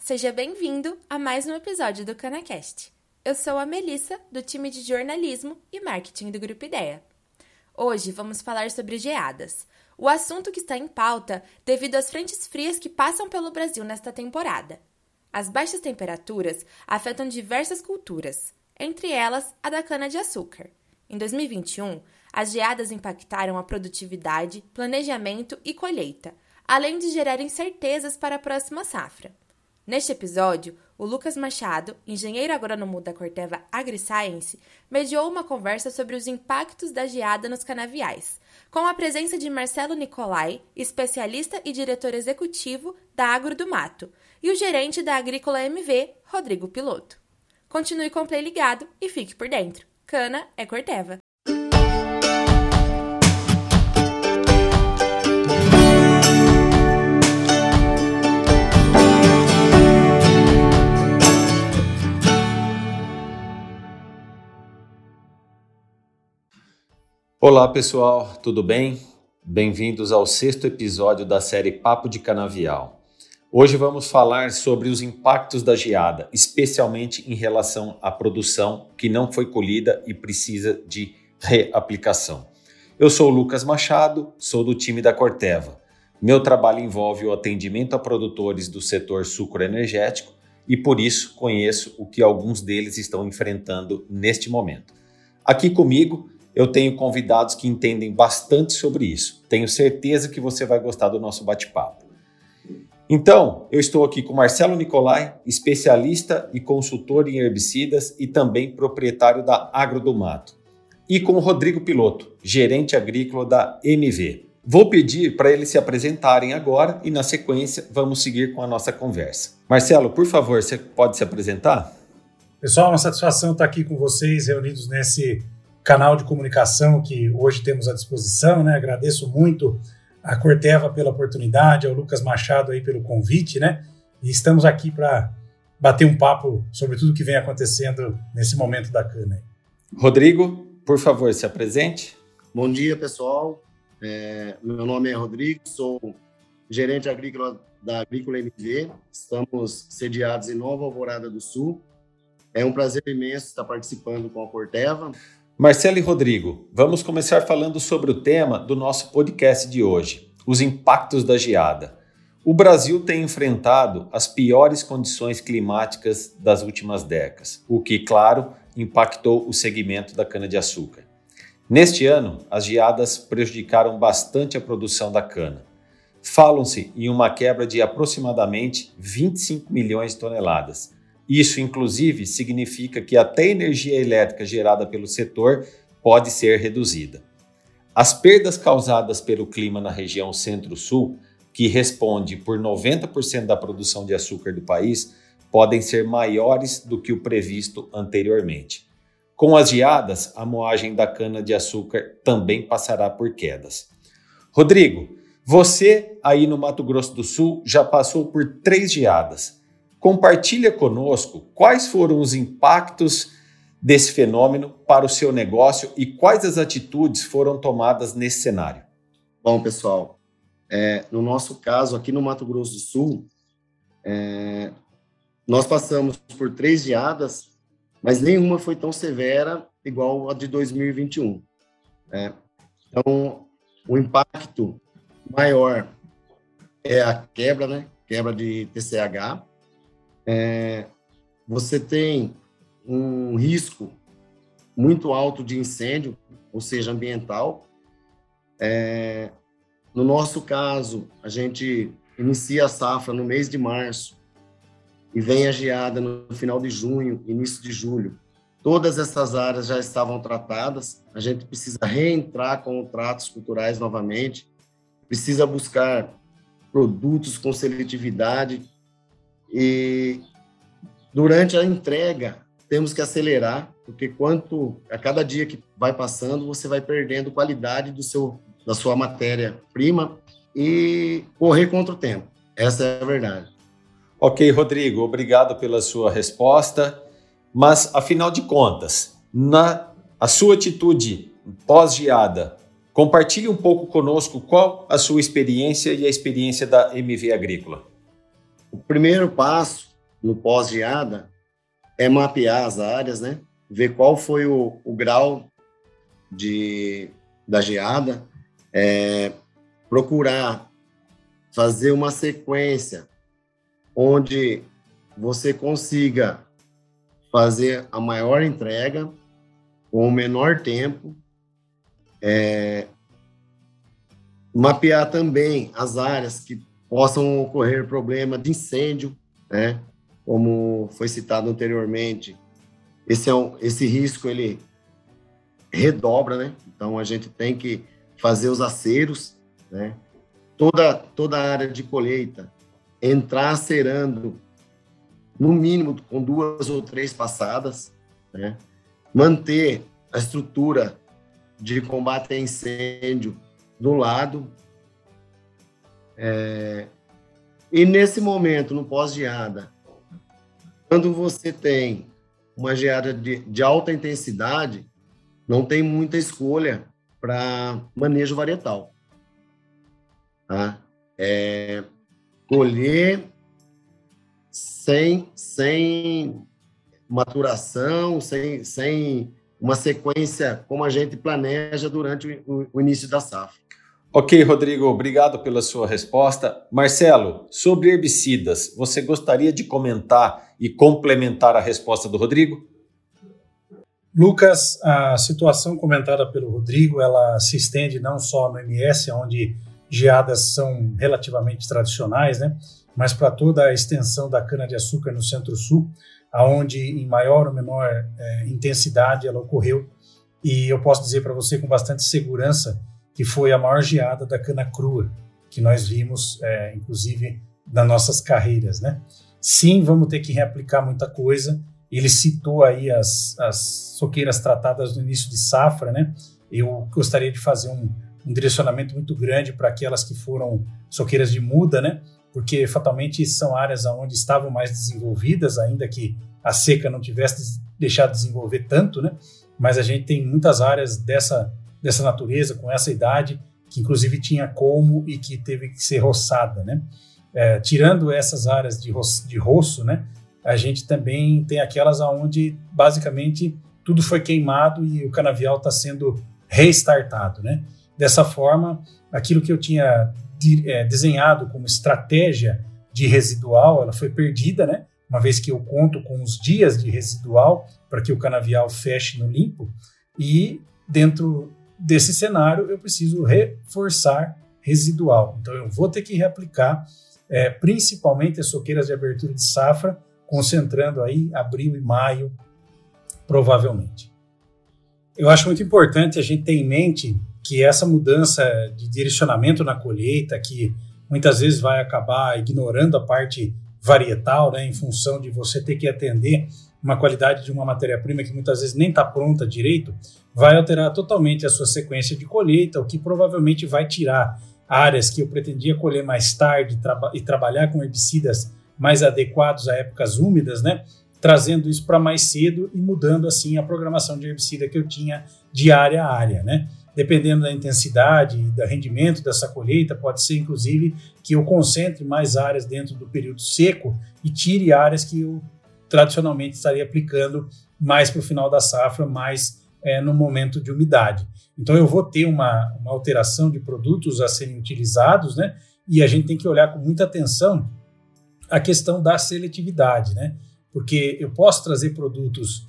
Seja bem-vindo a mais um episódio do CanaCast. Eu sou a Melissa, do time de jornalismo e marketing do Grupo Ideia. Hoje vamos falar sobre geadas, o assunto que está em pauta devido às frentes frias que passam pelo Brasil nesta temporada. As baixas temperaturas afetam diversas culturas, entre elas a da cana-de-açúcar. Em 2021, as geadas impactaram a produtividade, planejamento e colheita, além de gerar incertezas para a próxima safra. Neste episódio, o Lucas Machado, engenheiro agrônomo da Corteva AgriScience, mediou uma conversa sobre os impactos da geada nos canaviais, com a presença de Marcelo Nicolai, especialista e diretor executivo da Agro do Mato, e o gerente da Agrícola MV, Rodrigo Piloto. Continue com o Play ligado e fique por dentro. Cana é Corteva. Olá pessoal, tudo bem? Bem-vindos ao 6º episódio da série Papo de Canavial. Hoje vamos falar sobre os impactos da geada, especialmente em relação à produção que não foi colhida e precisa de reaplicação. Eu sou o Lucas Machado, sou do time da Corteva. Meu trabalho envolve o atendimento a produtores do setor sucroenergético e por isso conheço o que alguns deles estão enfrentando neste momento. Aqui comigo eu tenho convidados que entendem bastante sobre isso. Tenho certeza que você vai gostar do nosso bate-papo. Então, eu estou aqui com Marcelo Nicolai, especialista e consultor em herbicidas e também proprietário da Agro do Mato. E com o Rodrigo Piloto, gerente agrícola da MV. Vou pedir para eles se apresentarem agora e, na sequência, vamos seguir com a nossa conversa. Marcelo, por favor, você pode se apresentar? Pessoal, uma satisfação estar aqui com vocês, reunidos nesse canal de comunicação que hoje temos à disposição, né? Agradeço muito a Corteva pela oportunidade, ao Lucas Machado aí pelo convite, né? E estamos aqui para bater um papo sobre tudo que vem acontecendo nesse momento da cana. Rodrigo, por favor, se apresente. Bom dia, pessoal. Meu nome é Rodrigo, sou gerente agrícola da Agrícola MV. Estamos sediados em Nova Alvorada do Sul. É um prazer imenso estar participando com a Corteva. Marcelo e Rodrigo, vamos começar falando sobre o tema do nosso podcast de hoje, os impactos da geada. O Brasil tem enfrentado as piores condições climáticas das últimas décadas, o que, claro, impactou o segmento da cana-de-açúcar. Neste ano, as geadas prejudicaram bastante a produção da cana. Falam-se em uma quebra de aproximadamente 25 milhões de toneladas. Isso, inclusive, significa que até a energia elétrica gerada pelo setor pode ser reduzida. As perdas causadas pelo clima na região Centro-Sul, que responde por 90% da produção de açúcar do país, podem ser maiores do que o previsto anteriormente. Com as geadas, a moagem da cana-de-açúcar também passará por quedas. Rodrigo, você aí no Mato Grosso do Sul já passou por 3 geadas. Compartilha conosco quais foram os impactos desse fenômeno para o seu negócio e quais as atitudes foram tomadas nesse cenário. Bom, pessoal, no nosso caso aqui no Mato Grosso do Sul, nós passamos por 3 geadas, mas nenhuma foi tão severa igual a de 2021. Então, o impacto maior é a quebra, né? Quebra de TCH. Você tem um risco muito alto de incêndio, ou seja, ambiental. No nosso caso, a gente inicia a safra no mês de março e vem a geada no final de junho, início de julho. Todas essas áreas já estavam tratadas, a gente precisa reentrar com tratos culturais novamente, precisa buscar produtos com seletividade. E durante a entrega, temos que acelerar, porque a cada dia que vai passando, você vai perdendo qualidade da sua matéria-prima e correr contra o tempo. Essa é a verdade. Ok, Rodrigo, obrigado pela sua resposta. Mas, afinal de contas, a sua atitude pós-geada, compartilhe um pouco conosco qual a sua experiência e a experiência da MV Agrícola. O primeiro passo no pós-geada é mapear as áreas, né? Ver qual foi o grau da geada, procurar fazer uma sequência onde você consiga fazer a maior entrega com o menor tempo, mapear também as áreas que possam ocorrer problema de incêndio, né? Como foi citado anteriormente, esse risco ele redobra, né? Então a gente tem que fazer os aceros, né? Toda a área de colheita entrar acerando no mínimo com 2 ou 3 passadas, né? Manter a estrutura de combate a incêndio do lado. E nesse momento, no pós-geada, quando você tem uma geada de alta intensidade, não tem muita escolha para manejo varietal. Tá? Colher sem maturação, sem uma sequência como a gente planeja durante o início da safra. Ok, Rodrigo, obrigado pela sua resposta. Marcelo, sobre herbicidas, você gostaria de comentar e complementar a resposta do Rodrigo? Lucas, a situação comentada pelo Rodrigo, ela se estende não só no MS, onde geadas são relativamente tradicionais, né, mas para toda a extensão da cana-de-açúcar no Centro-Sul, onde em maior ou menor intensidade ela ocorreu. E eu posso dizer para você com bastante segurança que foi a maior geada da cana crua que nós vimos, inclusive, nas nossas carreiras, né? Sim, vamos ter que reaplicar muita coisa. Ele citou aí as soqueiras tratadas no início de safra, né? Eu gostaria de fazer um direcionamento muito grande para aquelas que foram soqueiras de muda, né? Porque fatalmente são áreas onde estavam mais desenvolvidas, ainda que a seca não tivesse deixado de desenvolver tanto, né? Mas a gente tem muitas áreas dessa natureza, com essa idade, que inclusive tinha colmo e que teve que ser roçada, né? Tirando essas áreas de roço, né? A gente também tem aquelas onde basicamente tudo foi queimado e o canavial está sendo restartado, né? Dessa forma, aquilo que eu tinha desenhado como estratégia de residual, ela foi perdida, né? Uma vez que eu conto com os dias de residual para que o canavial feche no limpo, e dentro desse cenário eu preciso reforçar residual. Então eu vou ter que reaplicar principalmente as soqueiras de abertura de safra, concentrando aí abril e maio, provavelmente. Eu acho muito importante a gente ter em mente que essa mudança de direcionamento na colheita, que muitas vezes vai acabar ignorando a parte varietal, né, em função de você ter que atender uma qualidade de uma matéria-prima que muitas vezes nem está pronta direito, vai alterar totalmente a sua sequência de colheita, o que provavelmente vai tirar áreas que eu pretendia colher mais tarde e trabalhar com herbicidas mais adequados a épocas úmidas, né, trazendo isso para mais cedo e mudando assim a programação de herbicida que eu tinha de área a área, né? Dependendo da intensidade e do rendimento dessa colheita, pode ser, inclusive, que eu concentre mais áreas dentro do período seco e tire áreas que eu tradicionalmente estaria aplicando mais para o final da safra, mais no momento de umidade. Então, eu vou ter uma alteração de produtos a serem utilizados, né? E a gente tem que olhar com muita atenção a questão da seletividade, né? Porque eu posso trazer produtos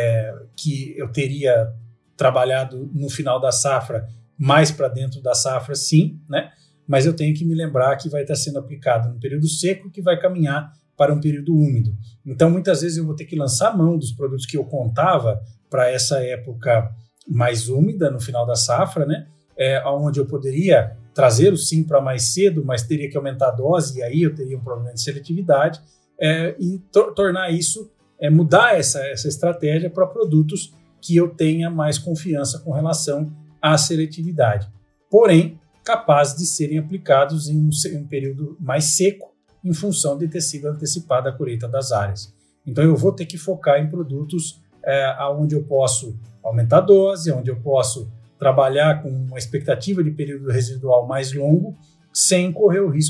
que eu teria trabalhado no final da safra, mais para dentro da safra, sim, né? Mas eu tenho que me lembrar que vai estar sendo aplicado no período seco, que vai caminhar para um período úmido. Então, muitas vezes eu vou ter que lançar mão dos produtos que eu contava para essa época mais úmida, no final da safra, né? Onde eu poderia trazer o sim para mais cedo, mas teria que aumentar a dose, e aí eu teria um problema de seletividade, e tornar isso, mudar essa estratégia para produtos que eu tenha mais confiança com relação à seletividade, porém capazes de serem aplicados em um período mais seco, em função de ter sido antecipada a colheita das áreas. Então eu vou ter que focar em produtos onde eu posso aumentar a dose, onde eu posso trabalhar com uma expectativa de período residual mais longo, sem correr o risco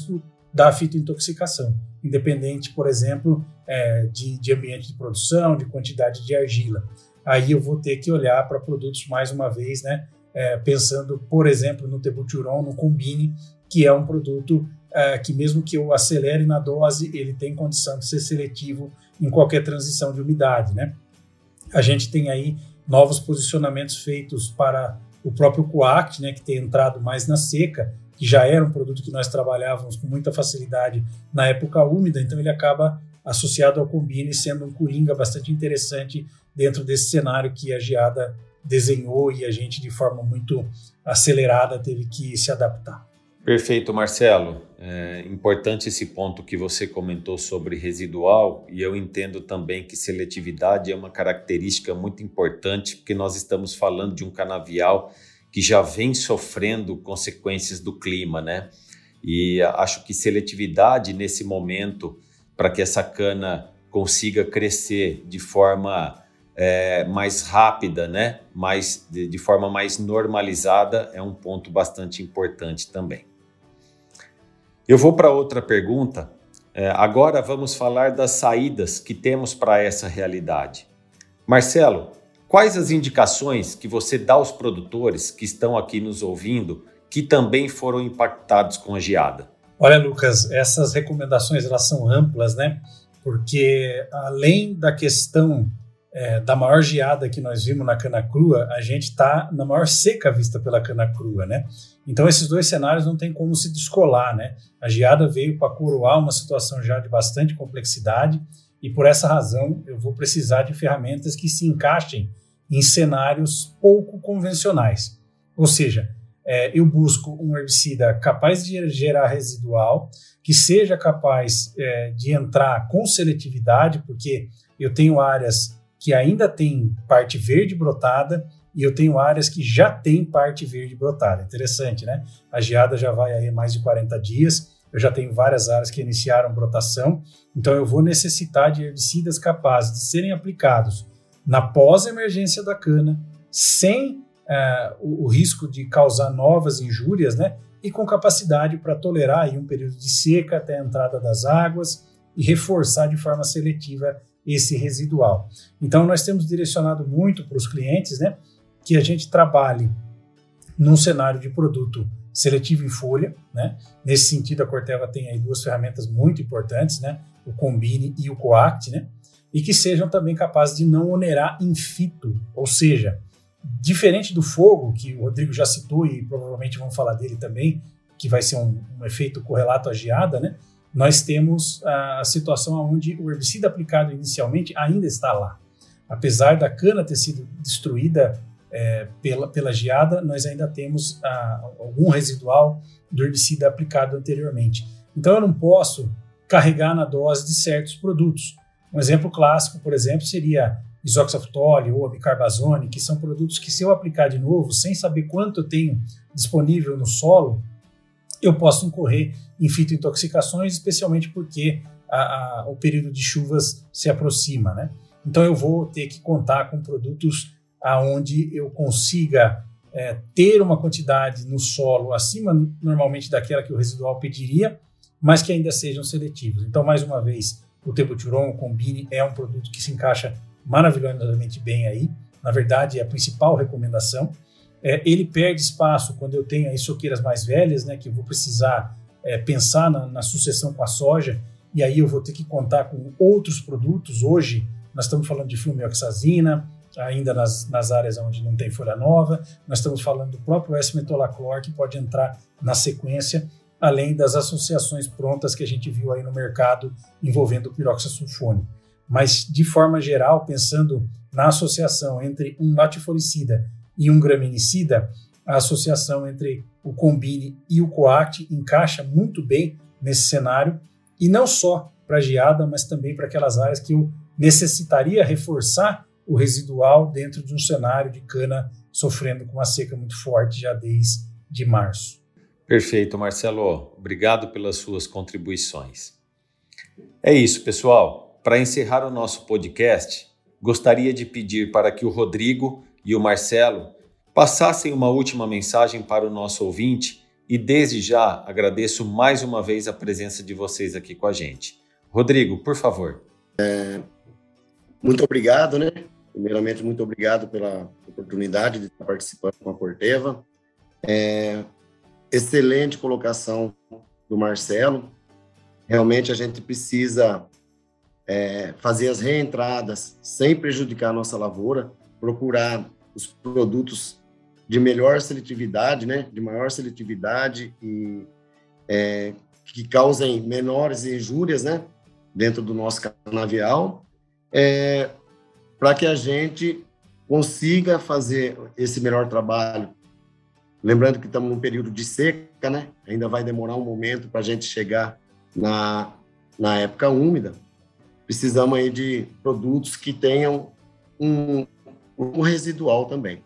da fitointoxicação, independente, por exemplo, de ambiente de produção, de quantidade de argila. Aí eu vou ter que olhar para produtos mais uma vez, né, pensando, por exemplo, no tebuturon, no combine, que é um produto que mesmo que eu acelere na dose, ele tem condição de ser seletivo em qualquer transição de umidade, né? A gente tem aí novos posicionamentos feitos para o próprio coact, né, que tem entrado mais na seca, que já era um produto que nós trabalhávamos com muita facilidade na época úmida, então ele acaba associado ao combine, sendo um coringa bastante interessante dentro desse cenário que a geada desenhou e a gente, de forma muito acelerada, teve que se adaptar. Perfeito, Marcelo. É importante esse ponto que você comentou sobre residual, e eu entendo também que seletividade é uma característica muito importante, porque nós estamos falando de um canavial que já vem sofrendo consequências do clima, né? E acho que seletividade nesse momento, para que essa cana consiga crescer de forma mais rápida, né? De forma mais normalizada, é um ponto bastante importante também. Eu vou para outra pergunta. Agora vamos falar das saídas que temos para essa realidade. Marcelo, quais as indicações que você dá aos produtores que estão aqui nos ouvindo, que também foram impactados com a geada? Olha, Lucas, essas recomendações elas são amplas, né? Porque além da questão da maior geada que nós vimos na cana crua, a gente está na maior seca vista pela cana crua, né? Então esses dois cenários não tem como se descolar, né? A geada veio para coroar uma situação já de bastante complexidade e por essa razão eu vou precisar de ferramentas que se encaixem em cenários pouco convencionais. Ou seja, eu busco um herbicida capaz de gerar residual, que seja capaz de entrar com seletividade, porque eu tenho áreas que ainda tem parte verde brotada e eu tenho áreas que já tem parte verde brotada. Interessante, né? A geada já vai aí mais de 40 dias, eu já tenho várias áreas que iniciaram brotação, então eu vou necessitar de herbicidas capazes de serem aplicados na pós-emergência da cana, sem o risco de causar novas injúrias, né? E com capacidade para tolerar aí um período de seca até a entrada das águas e reforçar de forma seletiva esse residual. Então, nós temos direcionado muito para os clientes, né, que a gente trabalhe num cenário de produto seletivo em folha, né? Nesse sentido, a Corteva tem aí duas ferramentas muito importantes, né, o Combine e o Coact, né, e que sejam também capazes de não onerar in fito, ou seja, diferente do fogo, que o Rodrigo já citou e provavelmente vamos falar dele também, que vai ser um efeito correlato à geada, né? Nós temos a situação onde o herbicida aplicado inicialmente ainda está lá. Apesar da cana ter sido destruída pela geada, nós ainda temos algum residual do herbicida aplicado anteriormente. Então eu não posso carregar na dose de certos produtos. Um exemplo clássico, por exemplo, seria isoxaftole ou bicarbazone, que são produtos que, se eu aplicar de novo, sem saber quanto eu tenho disponível no solo, eu posso incorrer em fitointoxicações, especialmente porque o período de chuvas se aproxima, né? Então eu vou ter que contar com produtos onde eu consiga ter uma quantidade no solo acima normalmente daquela que o residual pediria, mas que ainda sejam seletivos. Então, mais uma vez, o tebuturon, o Combine, é um produto que se encaixa maravilhosamente bem aí. Na verdade, é a principal recomendação. Ele perde espaço quando eu tenho aí soqueiras mais velhas, né, que eu vou precisar pensar na sucessão com a soja, e aí eu vou ter que contar com outros produtos. Hoje, nós estamos falando de flumioxazina, ainda nas áreas onde não tem folha nova, nós estamos falando do próprio S-metolaclor, que pode entrar na sequência, além das associações prontas que a gente viu aí no mercado envolvendo o piroxasulfone. Mas, de forma geral, pensando na associação entre um latifolicida e um graminicida, a associação entre o Combine e o Coact encaixa muito bem nesse cenário, e não só para a geada, mas também para aquelas áreas que eu necessitaria reforçar o residual dentro de um cenário de cana sofrendo com uma seca muito forte já desde março. Perfeito, Marcelo. Obrigado pelas suas contribuições. É isso, pessoal. Para encerrar o nosso podcast, gostaria de pedir para que o Rodrigo e o Marcelo passassem uma última mensagem para o nosso ouvinte, e desde já agradeço mais uma vez a presença de vocês aqui com a gente. Rodrigo, por favor. Muito obrigado, né? Primeiramente, muito obrigado pela oportunidade de estar participando com a Corteva. Excelente colocação do Marcelo. Realmente a gente precisa fazer as reentradas sem prejudicar a nossa lavoura, procurar os produtos de melhor seletividade, né? De maior seletividade e que causem menores injúrias, né? Dentro do nosso canavial, para que a gente consiga fazer esse melhor trabalho. Lembrando que estamos num período de seca, né? Ainda vai demorar um momento para a gente chegar na época úmida. Precisamos aí de produtos que tenham um residual também.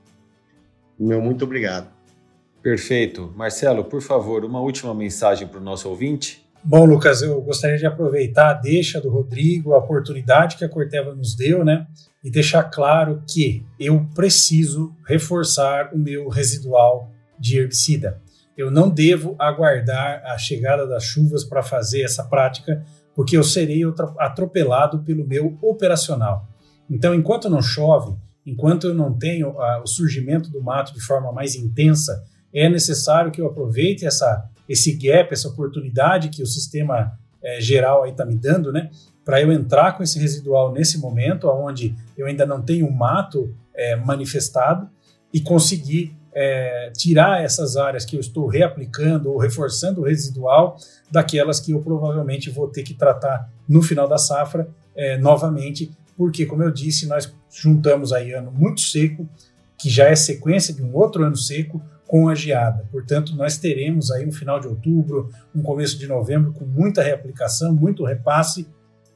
Meu muito obrigado. Perfeito. Marcelo, por favor, uma última mensagem para o nosso ouvinte. Bom, Lucas, eu gostaria de aproveitar a deixa do Rodrigo, a oportunidade que a Corteva nos deu, né? E deixar claro que eu preciso reforçar o meu residual de herbicida. Eu não devo aguardar a chegada das chuvas para fazer essa prática, porque eu serei atropelado pelo meu operacional. Então, enquanto não chove, enquanto eu não tenho o surgimento do mato de forma mais intensa, é necessário que eu aproveite esse gap, essa oportunidade que o sistema geral está me dando, né, para eu entrar com esse residual nesse momento, onde eu ainda não tenho mato manifestado, e conseguir tirar essas áreas que eu estou reaplicando ou reforçando o residual daquelas que eu provavelmente vou ter que tratar no final da safra novamente, porque, como eu disse, nós juntamos aí ano muito seco, que já é sequência de um outro ano seco, com a geada. Portanto, nós teremos aí um final de outubro, um começo de novembro com muita reaplicação, muito repasse,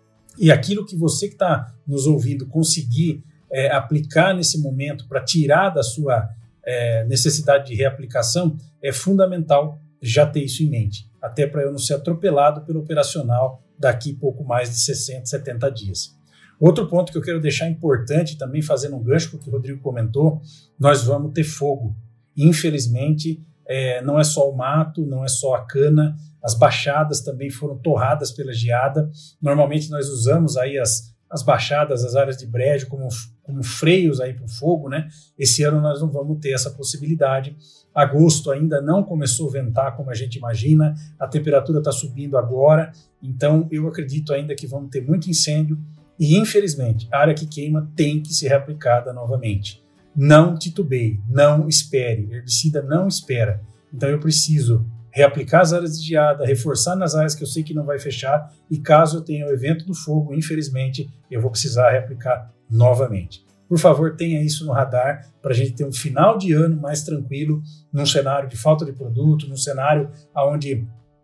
e aquilo que você que está nos ouvindo conseguir aplicar nesse momento para tirar da sua necessidade de reaplicação, é fundamental já ter isso em mente, até para eu não ser atropelado pelo operacional daqui pouco mais de 60, 70 dias. Outro ponto que eu quero deixar importante, também fazendo um gancho com o que o Rodrigo comentou, nós vamos ter fogo. Infelizmente, não é só o mato, não é só a cana, as baixadas também foram torradas pela geada. Normalmente nós usamos aí as baixadas, as áreas de brejo como freios aí para o fogo, né? Esse ano nós não vamos ter essa possibilidade. Agosto ainda não começou a ventar como a gente imagina, a temperatura está subindo agora, então eu acredito ainda que vamos ter muito incêndio e, infelizmente, a área que queima tem que ser reaplicada novamente. Não titubeie, não espere, herbicida não espera. Então eu preciso reaplicar as áreas de geada, reforçar nas áreas que eu sei que não vai fechar, e caso eu tenha o evento do fogo, infelizmente, eu vou precisar reaplicar novamente. Por favor, tenha isso no radar para a gente ter um final de ano mais tranquilo, num cenário de falta de produto, num cenário onde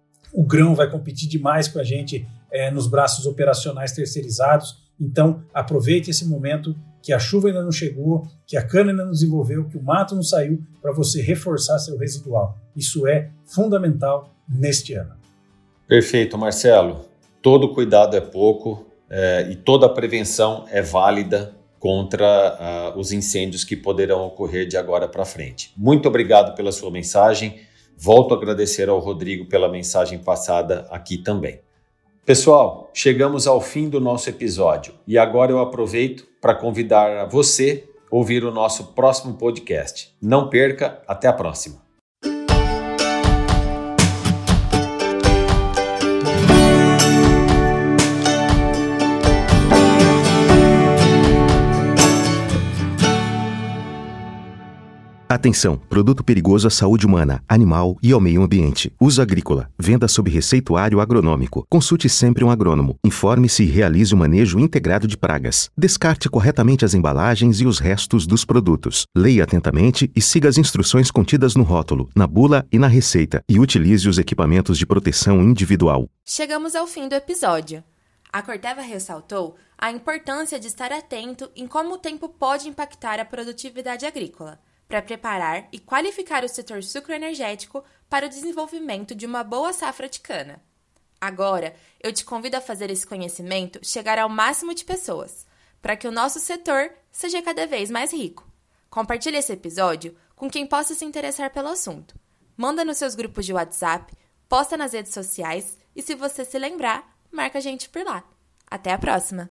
o grão vai competir demais com a gente nos braços operacionais terceirizados. Então, aproveite esse momento que a chuva ainda não chegou, que a cana ainda não desenvolveu, que o mato não saiu, para você reforçar seu residual. Isso é fundamental neste ano. Perfeito, Marcelo. Todo cuidado é pouco e toda prevenção é válida contra os incêndios que poderão ocorrer de agora para frente. Muito obrigado pela sua mensagem. Volto a agradecer ao Rodrigo pela mensagem passada aqui também. Pessoal, chegamos ao fim do nosso episódio e agora eu aproveito para convidar a você a ouvir o nosso próximo podcast. Não perca, até a próxima. Atenção! Produto perigoso à saúde humana, animal e ao meio ambiente. Uso agrícola. Venda sob receituário agronômico. Consulte sempre um agrônomo. Informe-se e realize o manejo integrado de pragas. Descarte corretamente as embalagens e os restos dos produtos. Leia atentamente e siga as instruções contidas no rótulo, na bula e na receita. E utilize os equipamentos de proteção individual. Chegamos ao fim do episódio. A Corteva ressaltou a importância de estar atento em como o tempo pode impactar a produtividade agrícola, para preparar e qualificar o setor sucroenergético para o desenvolvimento de uma boa safra de cana. Agora, eu te convido a fazer esse conhecimento chegar ao máximo de pessoas, para que o nosso setor seja cada vez mais rico. Compartilhe esse episódio com quem possa se interessar pelo assunto. Manda nos seus grupos de WhatsApp, posta nas redes sociais e se você se lembrar, marca a gente por lá. Até a próxima!